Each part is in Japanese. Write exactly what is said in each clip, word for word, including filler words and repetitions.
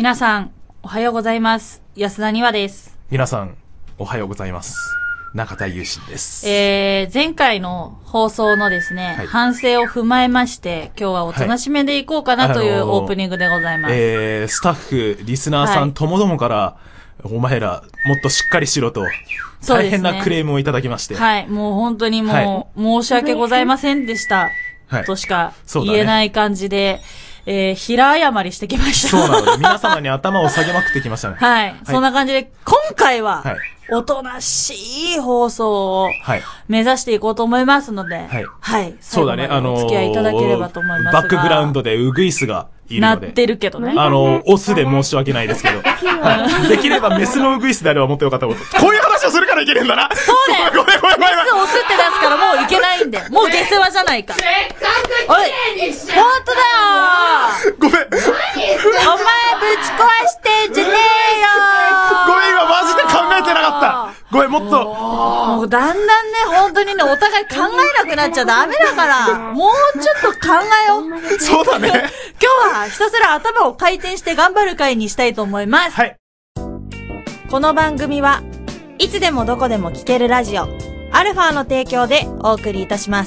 皆さん、おはようございます。安田にわです。 皆さん、おはようございます。中田優心です。 えー、前回の放送のですね、はい、反省を踏まえまして、今日はおとなしめでいこうかなというオープニングでございます。 はい、あのー、えー、スタッフ、リスナーさんともどもから、はい、お前ら、もっとしっかりしろと、大変なクレームをいただきまして。 はい、もう本当にもう、はい、申し訳ございませんでした。はい、としか言えない感じで、えー、平謝りしてきました。 そうなので、皆様に頭を下げまくってきましたね。 はい。はい、そんな感じで、今回は、はい、おとなしい放送を、目指していこうと思いますので、はい。はい。 そうだね、あのー、 お付き合いいただければと思いますが。 バックグラウンドでウグイスがいるので。 なってるけどね。 あのー、オスで申し訳ないですけど。はい、できればメスのウグイスであればもっとよかったこと。こういう話をするからいけるんだな。 そうだよ。 ごめんごめんごめん。 メスオスって出すからもういけないんで。もう下世話じゃないか。せっかく綺麗にしちゃった。ほんとだよ。 ごめん。 お前ぶち壊してんじゃねえよ。 ごめん、今マジで考えてなかった。ごめん、もっと。 もうだんだんね、本当にね、お互い考えなくなっちゃダメだから、もうちょっと考えよう。 そうだね。 今日はひたすら頭を回転して頑張る回にしたいと思います。 はい。 この番組はいつでもどこでも聞けるラジオ、アルファの提供でお送りいたします。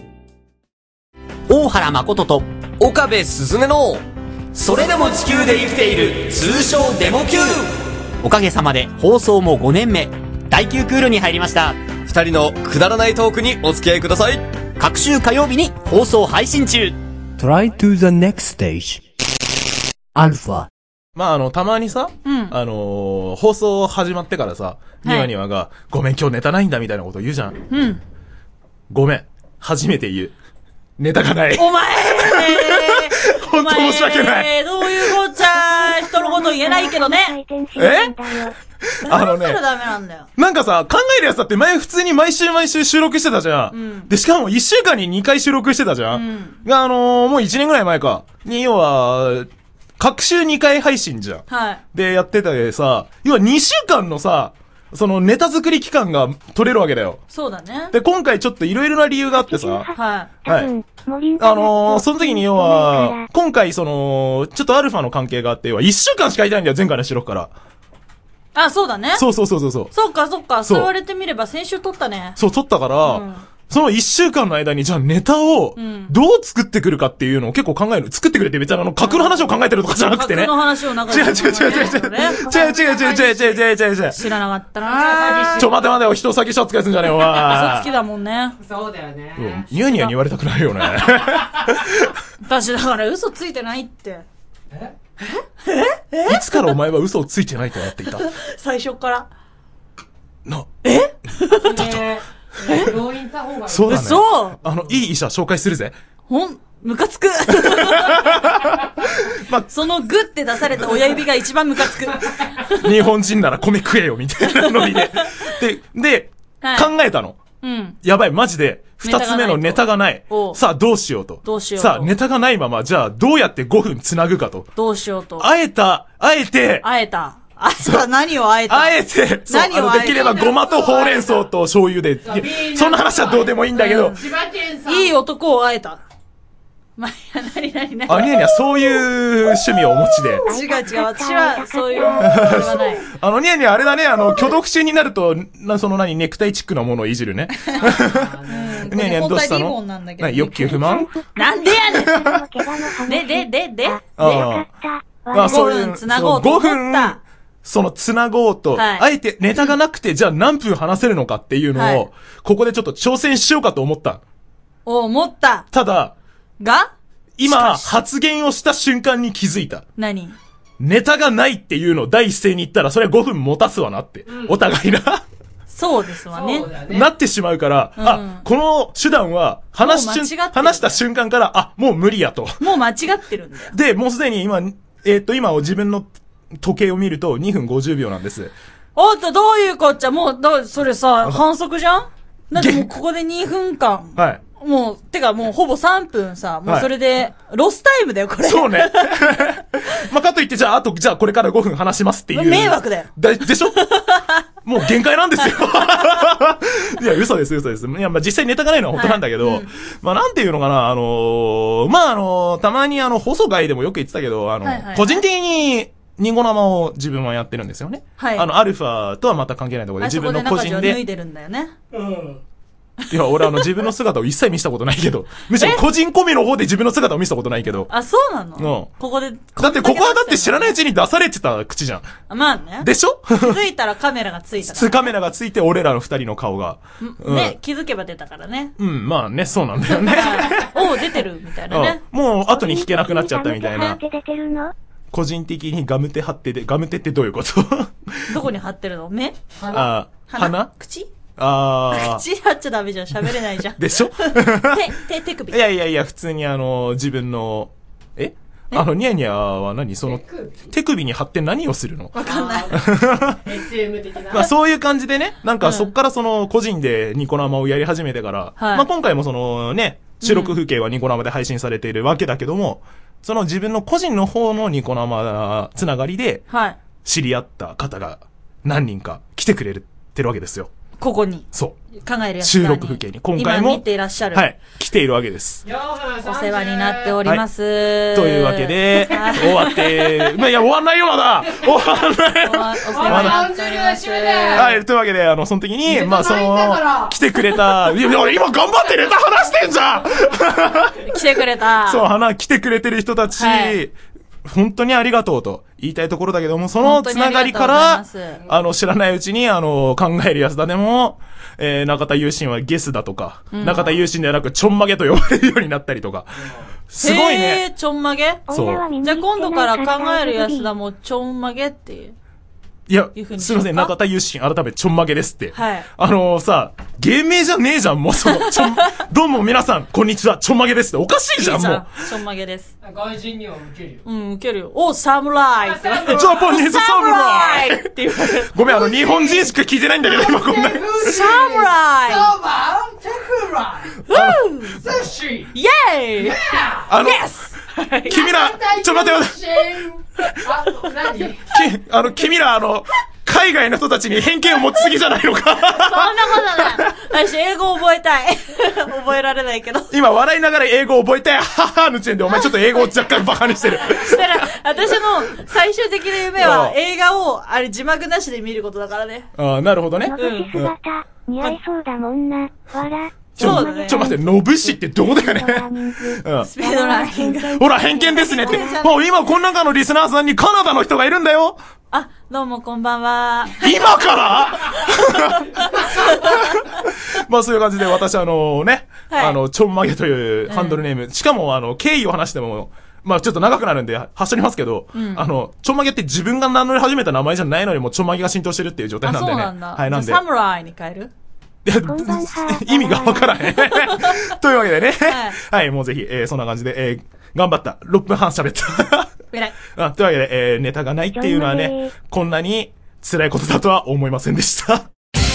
大原誠と岡部すずめのそれでも地球で生きている通称デモ級。おかげさまで放送もごねんめ、第きゅうクールに入りました。 二人のくだらないトークにお付き合いください。 各週火曜日に放送配信中。 Try to the next stage アルファ。 まああのたまにさ、うん、あのー、放送始まってからさ、ニワニワがごめん今日ネタないんだみたいなこと言うじゃん。 うん。 ごめん、初めて言う。ネタがない。 お前本当申し訳ない。 どういうこっちゃ、人のこと言えないけどね。 えあのね、 ダメなんだよ。 なんかさ、考えるやつだって前普通に毎週毎週収録してたじゃん。うん、で、しかもいっしゅうかんににかい収録してたじゃん。うん、が、あのー、もういちねんぐらい前か。に、要は、各週にかい配信じゃん。 はい。 で、やってたでさ、要はにしゅうかんのさ、そのネタ作り期間が取れるわけだよ。 そうだね。 で、今回ちょっといろいろな理由があってさ。 はい。 はい。あのー、その時に要は、今回その、ちょっとアルファの関係があって、要はいっしゅうかんしかいないんだよ、前回の収録から。 あ、そうだね。 そうそうそうそうそう。 そっかそっか、そう言われてみれば先週撮ったね。 そう、撮ったから、うん、そのいっしゅうかんの間にじゃあネタを、どう作ってくるかっていうのを結構考える。作ってくれって別にあの、架空の話を考えてるとかじゃなくてね。 架空の話をなんか、ね。 違う違う違う違う違う。違う違う違う違う違う違う違う。 知らなかったなぁ。 ちょ、待て待てよ、人先シャツ返すんじゃねえよ、お前。 嘘つきだもんね。 そうだよね。 ニヤニヤに言われたくないよね。 私だから嘘ついてないって。 えええいつからお前は嘘をついてないと思っていた？ 最初から。 な、 えだと。病院行った方がいい。 そうだね。 そう。 あの、いい医者紹介するぜ。 ほん、ムカつく。まあ、そのグって出された親指が一番ムカつく。 日本人なら米食えよ、みたいなノリで。で、で、はい、考えたの。 うん。 やばい、マジで、二つ目のネタがない。さあ、どうしようと。 どうしようと。 さあ、ネタがないまま、じゃあ、どうやってごふんつなぐかと。 どうしようと。 あえた、あえて。 あえた。あえた、何をあえたあえて、何をあえてできればごまとほうれん草と醤油で。そんな話はどうでもいいんだけど。 千葉県さん。 いい男をあえた。まあ、いや、なになになに。 あ、ニヤニヤそういう趣味をお持ちで。 違う違う、私はそういう、あれはない。 あの、ニヤニヤあれだね、あの、挙動不審になると、な、その何、ネクタイチックなものをいじるね。 ニヤニヤどうしたの？ 欲求不満？ なんでやねん。で、で、で、で、 ああ、 ごふんつなごうと思った。 ごふん、そのつなごうと、あえてネタがなくて、じゃあ何分話せるのかっていうのを、ここでちょっと挑戦しようかと思った。 お、思った。 ただ、 が今、発言をした瞬間に気づいた。 何？ ネタがないっていうのを第一声に言ったら、それはごふん持たすわなって。うん、お互いな。 そうですわね。 ねなってしまうから、うん、あ、この手段は、話し、話した瞬間から、あ、もう無理やと。 もう間違ってるんだよ。 で、もうすでに今、えー、っと、今自分の時計を見るとにふんごじゅうびょうなんです。 おっと、どういうこっちゃ、もう、ど、それさ、反則じゃん？だってもうここでにふんかん。 はい。 もう、てかもうほぼさんぷんさ、もうそれで、ロスタイムだよ、これ。 そうね。まあ、かといって、じゃあ、あと、じゃあこれからごふん話しますっていう。 迷惑だよ。 だ、でしょ？もう限界なんですよ。いや、嘘です、嘘です。いや、まあ、実際ネタがないのは本当なんだけど、はいうん、まあ、なんていうのかな、あのー、まあ、あのー、たまにあの、放送外でもよく言ってたけど、あの、はいはいはい、個人的に、 ニコ生を自分はやってるんですよね。はい。あの、アルファとはまた関係ないところで自分の個人で。 脱いでるんだよね。うん。 いや、俺あの自分の姿を一切見せたことないけど、むしろ個人込みの方で自分の姿を見せたことないけど。 あ、そうなの？うん。ここで。 だってここはだって知らないうちに出されてた口じゃん。 まあね。 でしょ？ 気づいたらカメラがついたから、ね。 カメラがついて俺らの二人の顔が。 うん、ね、気づけば出たからね。 うん、まあね、そうなんだよね。 おう、出てるみたいなね。 うん、もう後に引けなくなっちゃったみたいな。個人的にガムテ貼ってて、ガムテってどういうこと？ どこに貼ってるの？目？ あ、鼻？ 口？ ああ。 口貼っちゃダメじゃん。喋れないじゃん。 でしょ？ 手、手、手首。 いやいやいや、普通にあの、自分の、えあの、ニヤニヤは何その、手首に貼って何をするの？ わかんない。 エスエム 的な。 まあそういう感じでね、なんかそっからその、個人でニコ生をやり始めてから、まあ今回もそのね、収録風景はニコ生で配信されているわけだけども、その自分の個人の方のニコ生つながりで、知り合った方が何人か来てくれてるわけですよ。 ここに。 そう。 考えるやつ。 収録風景に。今回も。 今見ていらっしゃる。 はい。来ているわけです。 お世話になっております。はい、 というわけで、終わって、まあ、いや、終わんないよ、まだ終わんないお。お世話になっております。 はい。というわけで、あの、その時に、まあ、その、来てくれた、いや、今頑張ってネタ話してんじゃん来てくれた。 そう、花、来てくれてる人たち、はい、本当にありがとうと言いたいところだけども、そのつながりから、あの、知らないうちに、あの、考えるやつだでも、えー、中田優心はゲスだとか、うん、中田優心ではなくちょんまげと呼ばれるようになったりとか。すごいね。 へー、ちょんまげ？ そう。 じゃあ今度から考えるやつだもちょんまげっていう。 いや、すいません、中田優心、改めちょんまげですって。 はい。 あのー、さ、芸名じゃねえじゃん、もうその、ちょん、どうも皆さん、こんにちは、ちょんまげですって。おかしいじゃん、もう。 ちょんまげです。 外人には受けるよ。 うん、受けるよ。お、サムライって。ジャパニーズサムライって言われる。 ごめん、あの、日本人しか聞いてないんだけど、今こんな。 サムライサバンテクライウー寿司イェーイあの、君ら、ちょ、待って待って。 あ、何き、 あの、君ら、あの、海外の人たちに偏見を持ちすぎじゃないのか。そんなことない。私、英語覚えたい。覚えられないけど。 今、笑いながら英語覚えたい。ははの時点で、お前ちょっと英語を若干バカにしてる。 したら、私の最終的な夢は、映画を、あれ、字幕なしで見ることだからね。 ああ、なるほどね。 のぶし姿、似合いそうだもんな。笑。 そうだね。 ちょ、待って、のぶしってどうだよね。 うん。スピードランキング。 ほら、偏見ですねって。もう今、この中のリスナーさんにカナダの人がいるんだよ。 あ、どうもこんばんは。 今からまあそういう感じで私あのね、はい、あの、ちょんまげというハンドルネーム、うん、しかもあの、経緯を話しても、まあちょっと長くなるんで、はしょりますけど、うん、あの、ちょんまげって自分が名乗り始めた名前じゃないのにもうちょんまげが浸透してるっていう状態なんでね。 あ、そうなんだ。 はい、なんで。 サムライに変える？ いや、意味がわからへん。というわけでね。はい、はい、もうぜひ、えー、そんな感じで、えー、頑張った。ろっぷんはん喋った。 偉い。 あ、というわけで、えー、ネタがないっていうのはね、こんなに辛いことだとは思いませんでした。考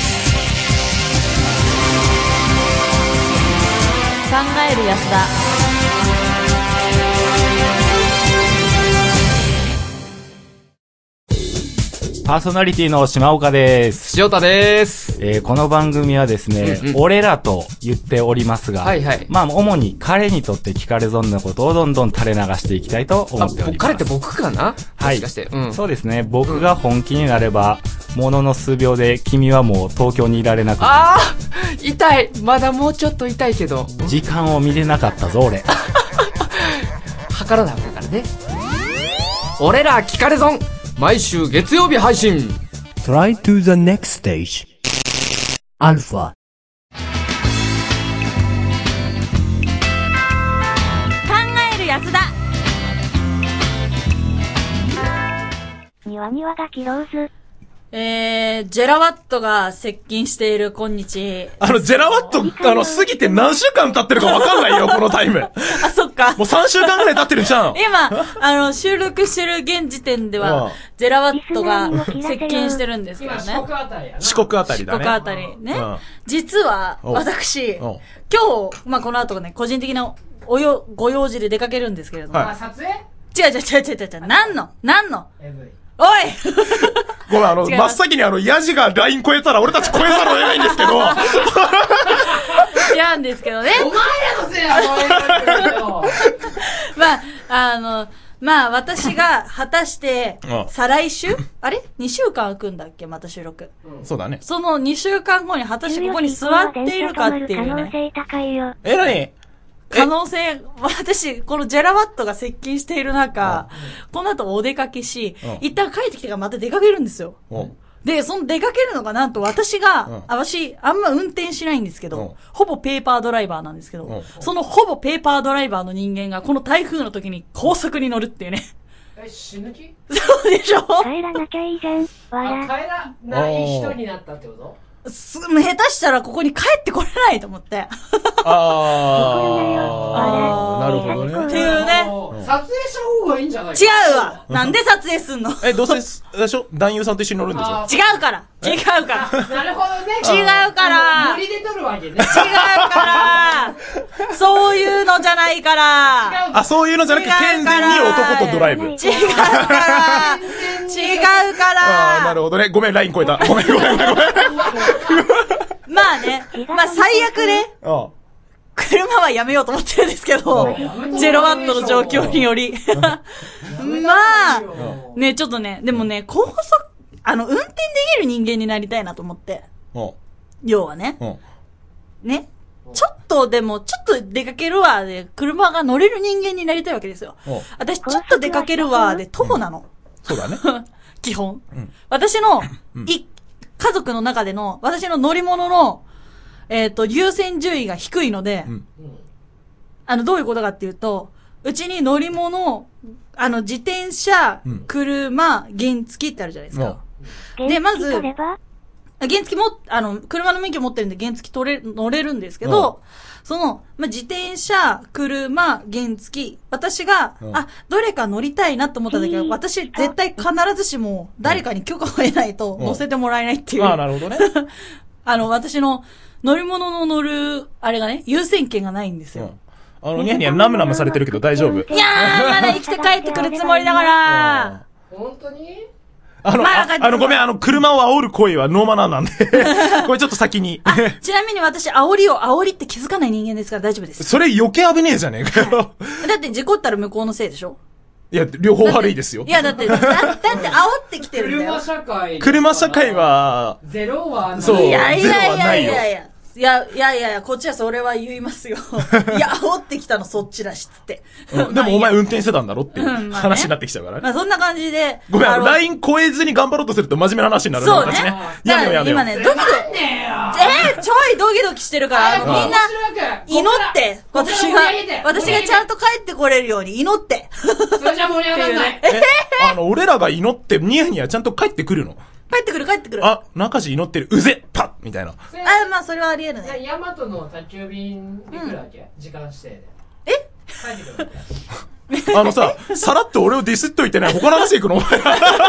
える安田。 パーソナリティの島岡です。 塩田です。 えー、この番組はですね、うんうん、俺らと言っておりますが、はいはい。まあ、主に彼にとって聞かれ損なことをどんどん垂れ流していきたいと思っております。 彼って僕かな？ はい。 もしかして、うん。 そうですね。僕が本気になれば、ものの数秒で君はもう東京にいられなくなる。 ああ痛いまだもうちょっと痛いけど。 時間を見れなかったぞ、俺。 測らなあかんからね。俺ら聞かれ損毎週月曜日配信 Try to the next stage アルファ考える安田にわにわがキローズえー、ジェラワットが接近している今日。 あの、ジェラワット、あの、過ぎて何週間経ってるかわかんないよ、このタイム。 あ、そっか。 もうさんしゅうかんぐらい経ってるじゃん。 今、あの、収録してる現時点では、ジェラワットが接近してるんですけどね。 四国あたりやな。 四国あたりだね。 四国あたりね。うん、実は、私、今日、まあ、この後ね、個人的なおよ、ご用事で出かけるんですけれども。 はい、撮影違う違う違う違う違う。何の何のおいごめん、あの、真っ先にあの、ヤジがライン超えたら俺たち超えざるを得ないんですけど。 違うんですけどね。 お前らのせいや、もう。 まあ、あの、 まあ私が果たして、再来週あれ ?に 週間空くんだっけまた収録、 うん。そうだね。 そのにしゅうかんごに果たしてここに座っているかっていうね。 可能性高いよ。 え、なに可能性、私、このジェラワットが接近している中、この後お出かけし、一旦帰ってきてからまた出かけるんですよ。で、その出かけるのがなんと私が、うん、私、あんま運転しないんですけど、うん、ほぼペーパードライバーなんですけど、うん、そのほぼペーパードライバーの人間がこの台風の時に高速に乗るっていうね。 え、死ぬ気？ そうでしょ？ 帰らなきゃいいじゃん。 あ、帰らない人になったってこと？ す、下手したらここに帰ってこれないと思って。ああ、なるほどね。 っていうね。 撮影した方がいいんじゃないか。 違うわ。なんで撮影すんの？ え、どうせ、でしょ男優さんと一緒に乗るんでしょ？ 違うから違うからなるほどね。 違うから無理で撮るわけね。違うからそういうのじゃないからあ、そういうのじゃなくて、健全に男とドライブ。 違うから違うからああ、なるほどね。ごめん、ライン超えた。ごめん、ごめん、ごめん。 まあね、まあ最悪ね。ああ車はやめようと思ってるんですけど、ジェロワットの状況により。まあ、ね、ちょっとね、でもね、高速、あの、運転できる人間になりたいなと思って。要はね。ね。ちょっとでも、ちょっと出かけるわで、車が乗れる人間になりたいわけですよ。私、ちょっと出かけるわで、徒歩なの。 そうだね。 基本。私の、い、家族の中での、私の乗り物の、えっと、優先順位が低いので、うん、あの、どういうことかっていうと、うちに乗り物、あの、自転車、うん、車、原付ってあるじゃないですか。 うん、 で、まず、原付も、あの、車の免許持ってるんで原付取れ、乗れるんですけど、その、まあ、自転車、車、原付、私が、あ、どれか乗りたいなと思った時は、私絶対必ずしも誰かに許可を得ないと乗せてもらえないっていう。 ああ、なるほどね。 あの、私の、乗り物の乗る、あれがね、優先権がないんですよ。 うん、あの、ニヤニヤナムナムされてるけど大丈夫？ いやー、まだ生きて帰ってくるつもりだから。 本当に？ あの、まあ、ああの、ごめん、あの、車を煽る声はノーマナーなんで。これちょっと先に。 ちなみに私、煽りを煽りって気づかない人間ですから大丈夫です。 それ余計危ねえじゃねえかよ。だって事故ったら向こうのせいでしょ？ いや、両方悪いですよ。 いや、だって、だ、だって煽ってきてるんだよ。 車社会。 車社会は、 ゼロはない。 そう、 いやいゼロやいやはないよ。 いやいや。いや、いやいやいや、こっちはそれは言いますよ。いや、煽ってきたのそっちだし、つって。 うん、でもお前運転してたんだろっていう話になってきちゃうからね。 まあそんな感じで。 ごめん、ライン超えずに頑張ろうとすると真面目な話になるそうね。 やめよやめよ。 今ね、ドキドキ。えー、ちょいドキドキしてるから、みんな、祈って、私が、私がちゃんと帰ってこれるように祈って。 それじゃ盛り上がらない。 えあの、俺らが祈ってニヤニヤちゃんと帰ってくるの。 帰ってくる帰ってくる。 あ、中地祈ってる。うぜパッみたいな。 あ、まあそれはあり得るね。 ヤマトの宅急便いくらだっけ、うん、時間指定で。 え帰ってくる。 あのさ、さらっと俺をディスっといてね、他の話行くのお前。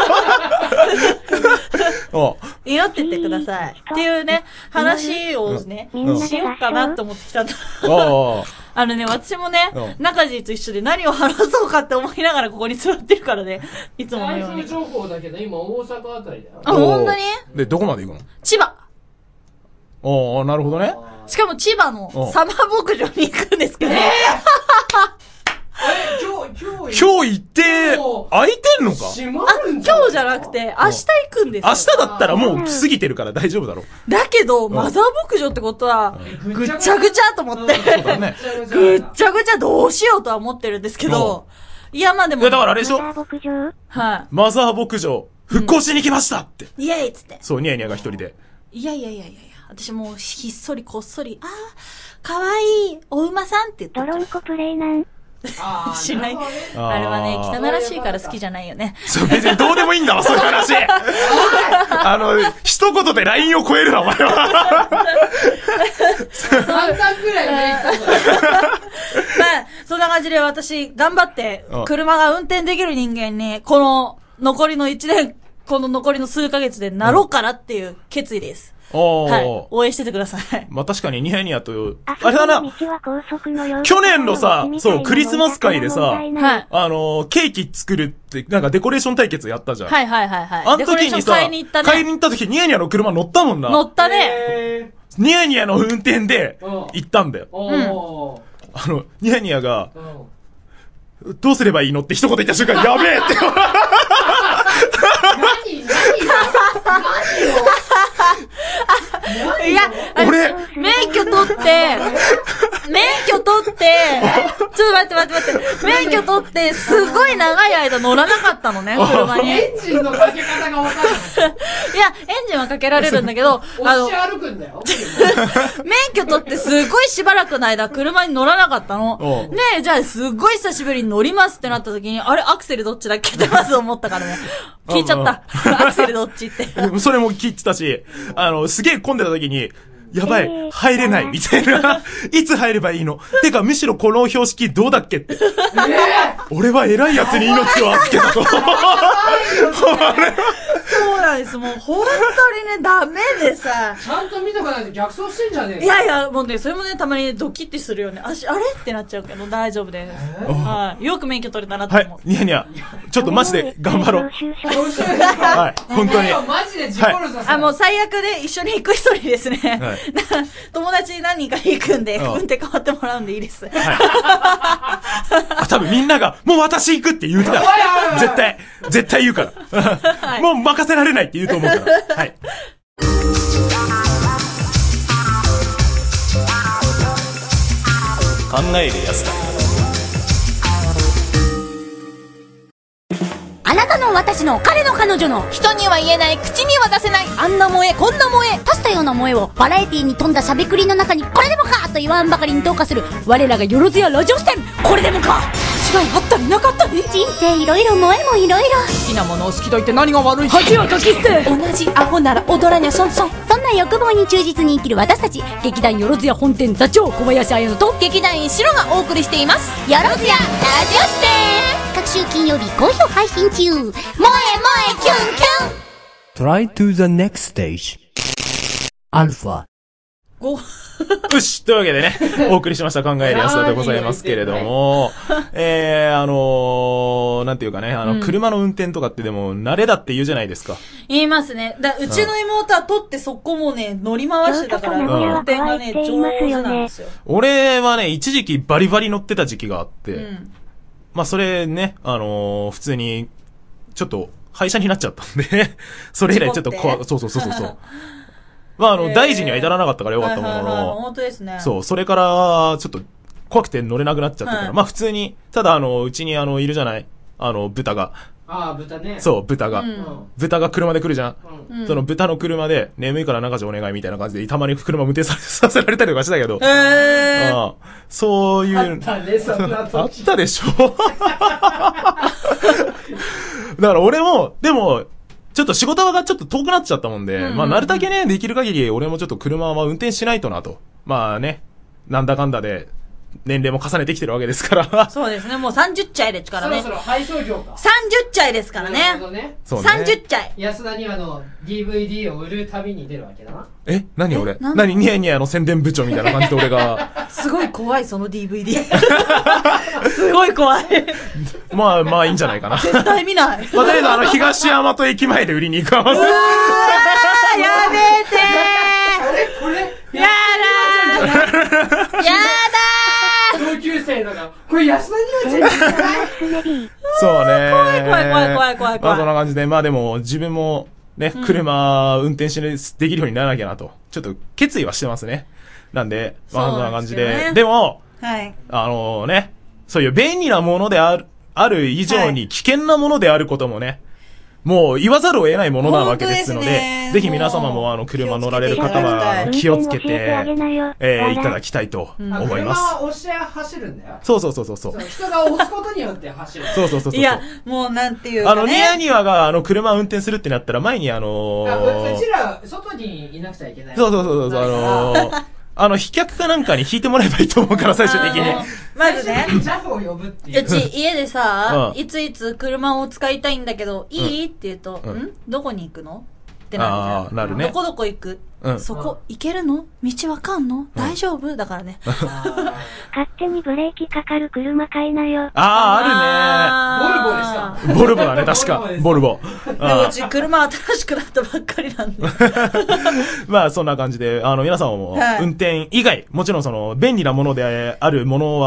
祈ってってください。っていうね、話をね、しようかなと思ってきたんだ。あのね、私もね、中地と一緒で何を話そうかって思いながらここに座ってるからね、いつものように。 台風情報だけど今大阪あたりだよ。 あ、本当に？ で、どこまで行くの？ 千葉。 ああ、なるほどね。 しかも千葉のサマー牧場に行くんですけど。えーえ、今日、今日、今日行って、空いてんのか？ あ、今日じゃなくて、明日行くんですよ。 明日だったらもう過ぎてるから大丈夫だろう。 だけど、マザー牧場ってことは、ぐっちゃぐちゃと思って。そうだね。ぐっちゃぐちゃどうしようとは思ってるんですけど、いや、まあでも。 いや、だからあれでしょ？ マザー牧場？ はい。 マザー牧場、復興しに来ましたって。 イエーイっつって。 そう、ニヤニヤが一人で。 いやいやいやいやいや、私もうひっそりこっそり、あー、かわいい、お馬さんって言って。 ドロンコプレイなん。 しない。あれはね、汚らしいから好きじゃないよね。 そう、別にどうでもいいんだわ、そういう話。あの、一言でラインを超えるな、お前は。 さんかんくらいね、言ったまあ、そんな感じで私、頑張って、車が運転できる人間に、この、残りのいちねん、この残りの数ヶ月でなろうかなっていう決意です。はい。応援しててください。 まあ、確かにニヤニヤと、あれだな。去年のさ、そう、クリスマス会でさ、はい。あの、ケーキ作るって、なんかデコレーション対決やったじゃん。 はいはいはいはい。 あの時にさ、買いに行ったね。買いに行った時ニヤニヤの車乗ったもんな。 乗ったね。 ニヤニヤの運転で行ったんだよ。うん。あの、ニヤニヤが、 どうすればいいのって一言言った瞬間、やべえって。 何何いや、 俺、 免許取って、免許取って、ちょっと待って待って待って、免許取って、すごい長い間乗らなかったのね、車に。 エンジンのかけ方がわかんない。 いや、エンジンはかけられるんだけど、 あの、押し歩くんだよ。 免許取ってすごいしばらくの間、車に乗らなかったの。で、じゃあすごい久しぶりに乗りますってなった時に、あれ、アクセルどっちだっけってまず思ったからね。聞いちゃった。アクセルどっちって。 それも聞いてたし、あの、すげえ混んでた時に、やばい、入れない、みたいな。いつ入ればいいの？てか、むしろこの標識どうだっけって。俺は偉い奴に命を預けたと。 そうなんです。もう本当にね、ダメでさ。 ちゃんと見とかないと逆走してんじゃねえか。 いやいや、もうね、それもね、たまにドキッてするよね。あし、あれってなっちゃうけど、大丈夫です。はい。よく免許取れたなと思う。 はい、ニヤニヤ。ちょっとマジで頑張ろう。はい、本当に。 マジで事故るぞ、 あ、もう最悪で一緒に行く人にですね。はい、友達何人か行くんで、運転変わってもらうんでいいです。はい。 あ、多分みんなが、もう私行くって言うてた。絶対、絶対言うから。もう任せられないって言うと思うから。はい。考えるやつだ。 あなたの私の彼の彼女の人には言えない口には出せないあんな萌えこんな萌え足したような萌えをバラエティに富んだしゃべくりの中にこれでもかと言わんばかりに投下する我らがよろずやラジオ視点これでもか違いあったりなかったり人生いろいろ萌えもいろいろ好きなものを好きと言って何が悪い恥はかき捨て同じアホなら踊らにゃそんそんそんな欲望に忠実に生きる私たち劇団よろずや本店座長小林彩乃と劇団員シロがお送りしていますよろずやラジオ視点各週金曜日好評配信中萌え萌えキュンキュン Try to the next stage アルファごよしというわけでね、お送りしました考えるやつだでございますけれども、えー、あのー、なんていうかね、あの、うん、車の運転とかってでも、慣れだって言うじゃないですか。 言いますね。だうちの妹は取ってそこもね、乗り回してたから、うん、運転がね、上手なんですよ。 俺はね、一時期バリバリ乗ってた時期があって、うん、まあそれね、あのー、普通に、ちょっと、廃車になっちゃったんで、それ以来ちょっと怖、そうそうそうそう。まあ、あの、大事には至らなかったからよかったものの、 本当ですね。 そう、それから、ちょっと、怖くて乗れなくなっちゃってから、はい、まあ普通に、ただあの、うちにあの、いるじゃないあの、豚が。 ああ、豚ね。 そう、豚が、うん。豚が車で来るじゃん。うん、その豚の車で、眠いから中じゃお願いみたいな感じで、たまに車運転させられたりとかしたけど。 へー。 ああそういう。 あったね、そんな時。 あったでしょだから俺も、でも、ちょっと仕事がちょっと遠くなっちゃったもんで、うんうんうん、まあ、なるだけね、できる限り、俺もちょっと車は運転しないとなと。まあね、なんだかんだで、年齢も重ねてきてるわけですから。 そうですね、もうさんじゅっちゃいですからね。 そろそろ配送業か。 さんじゅっちゃいですからね。なるほどね。そうね。さんじゅっちゃい。 安田にあの、ディーブイディー を売るたびに出るわけだな。 え何俺何ニヤニヤの宣伝部長みたいな感じで俺が。 すごい怖い、その ディーブイディー。すごい怖い。 まあまあいいんじゃないかな。 絶対見ない。 まあ、とりあえずあの、東大和駅前で売りに行くわ。うわー、 やめてー。 これこれやだー。やだー。 同級生だから、これ安田には絶対ない。 そうね。 怖い怖い怖い怖い怖い。 まあそんな感じで、まあでも自分もね、うん、車運転しできるようにならなきゃなと、ちょっと決意はしてますね。なんで、まあそんな感じで。で, でも、 はい。 あのね、そういう便利なものである、ある以上に危険なものであることもね、もう言わざるを得ないものなわけですので、でぜひ皆様もあの車乗られる方は気をつけて、えー、いただきたいと思います。 車は押して走るんだよ。 そうそうそうそうそう。 人が押すことによって走る。 そうそうそうそう。 いや、もうなんていうかね。 あの、ニヤニヤがあの車運転するってなったら前にあのー、うちら外にいなくちゃいけない。 そうそうそうそう、あのー、あの、飛脚かなんかに引いてもらえばいいと思うから、最終的に。 まずね。 ジャフを呼ぶっていう。 うち、家でさ、うん、いついつ車を使いたいんだけど、いいって言うと、うん、んどこに行くのってなるじゃん。ああ、なるね。どこどこ行く、うん、そこ、行けるの道わかんの、うん、大丈夫だからね。 勝手にブレーキかかる車買いなよ。 ああ、 あるね。ボルボですか？ ボルボだね、確か。ボルボ。 でもうち車新しくなったばっかりなんで。 まあ、そんな感じで、あの、皆さんも、運転以外、もちろんその、便利なものであるものは、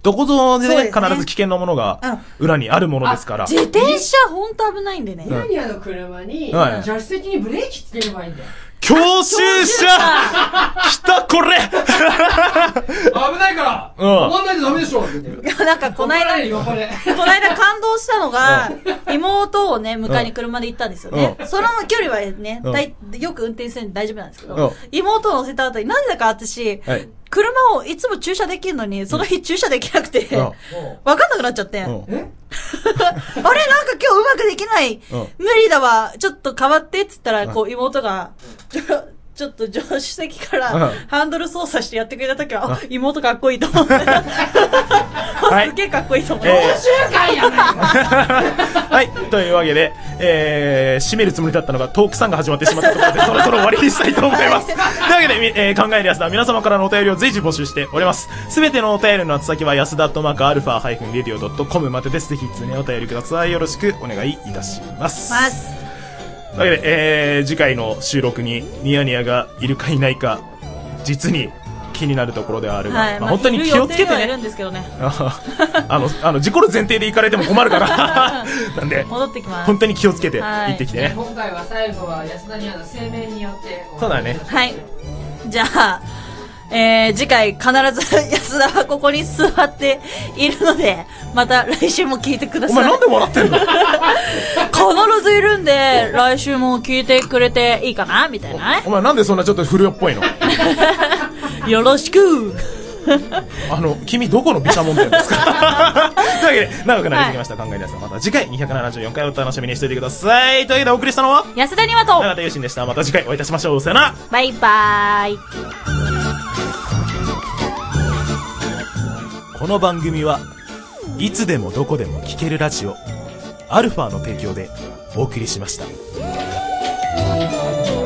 どこぞでね、必ず危険なものが裏にあるものですから。 自転車ほんと危ないんでね。 ニヤニヤの車に、助手席にブレーキつければいいんだよ。 教習車来たこれ危ないから止まんないとダメでしょいや、なんかこないだ、こないだ感動したのが、妹をね、迎えに車で行ったんですよね。その距離はね、よく運転するんで大丈夫なんですけど、妹を乗せた後になぜだか私、車をいつも駐車できるのに、その日駐車できなくて、わかんなくなっちゃって。あれなんか今日うまくできない。無理だわ。ちょっと変わってっつったら、こう妹が、ちょっと助手席からハンドル操作してやってくれたときは、あ、妹かっこいいと思って。すげえかっこいいと思って。教習会やないはい。というわけで、えー、締めるつもりだったのがトークさんが始まってしまったところで、そろそろ終わりにしたいと思います。というわけで、えー、考える安田、皆様からのお便りを随時募集しております。すべてのお便りの宛先は、安田とマークアルファハイフンレディオドットコムまでです。ぜひ、常にお便りください。よろしくお願いいたします。 ます。 というわけで、えー、次回の収録にニヤニヤがいるかいないか、実に気になるところではあるが、 はい、 まあ、本当に気をつけてね。 いるんですけどね。 あの、あの、事故る前提で行かれても困るから。なんで、 戻ってきます。 本当に気をつけて行ってきてね。 今回は最後は安田にあの声明によって。 そうだね。 はい。じゃあ、えー、次回必ず安田はここに座っているので、また来週も聞いてください。 お前なんで笑ってんの？ 必ずいるんで、来週も聞いてくれていいかなみたいなね。 お前なんでそんなちょっと不良っぽいの？ よろしくあの、君どこの美写門店ですか？というわけで、長くなってきました。はい、考えです。また次回にひゃくななじゅうよんかいお楽しみにしておいてください。というわけでお送りしたのは、 安田にわと、 永田優心でした。また次回お会いいたしましょう。さよなら。 バイバーイ。 この番組はいつでもどこでも聴けるラジオアルファの提供でお送りしました。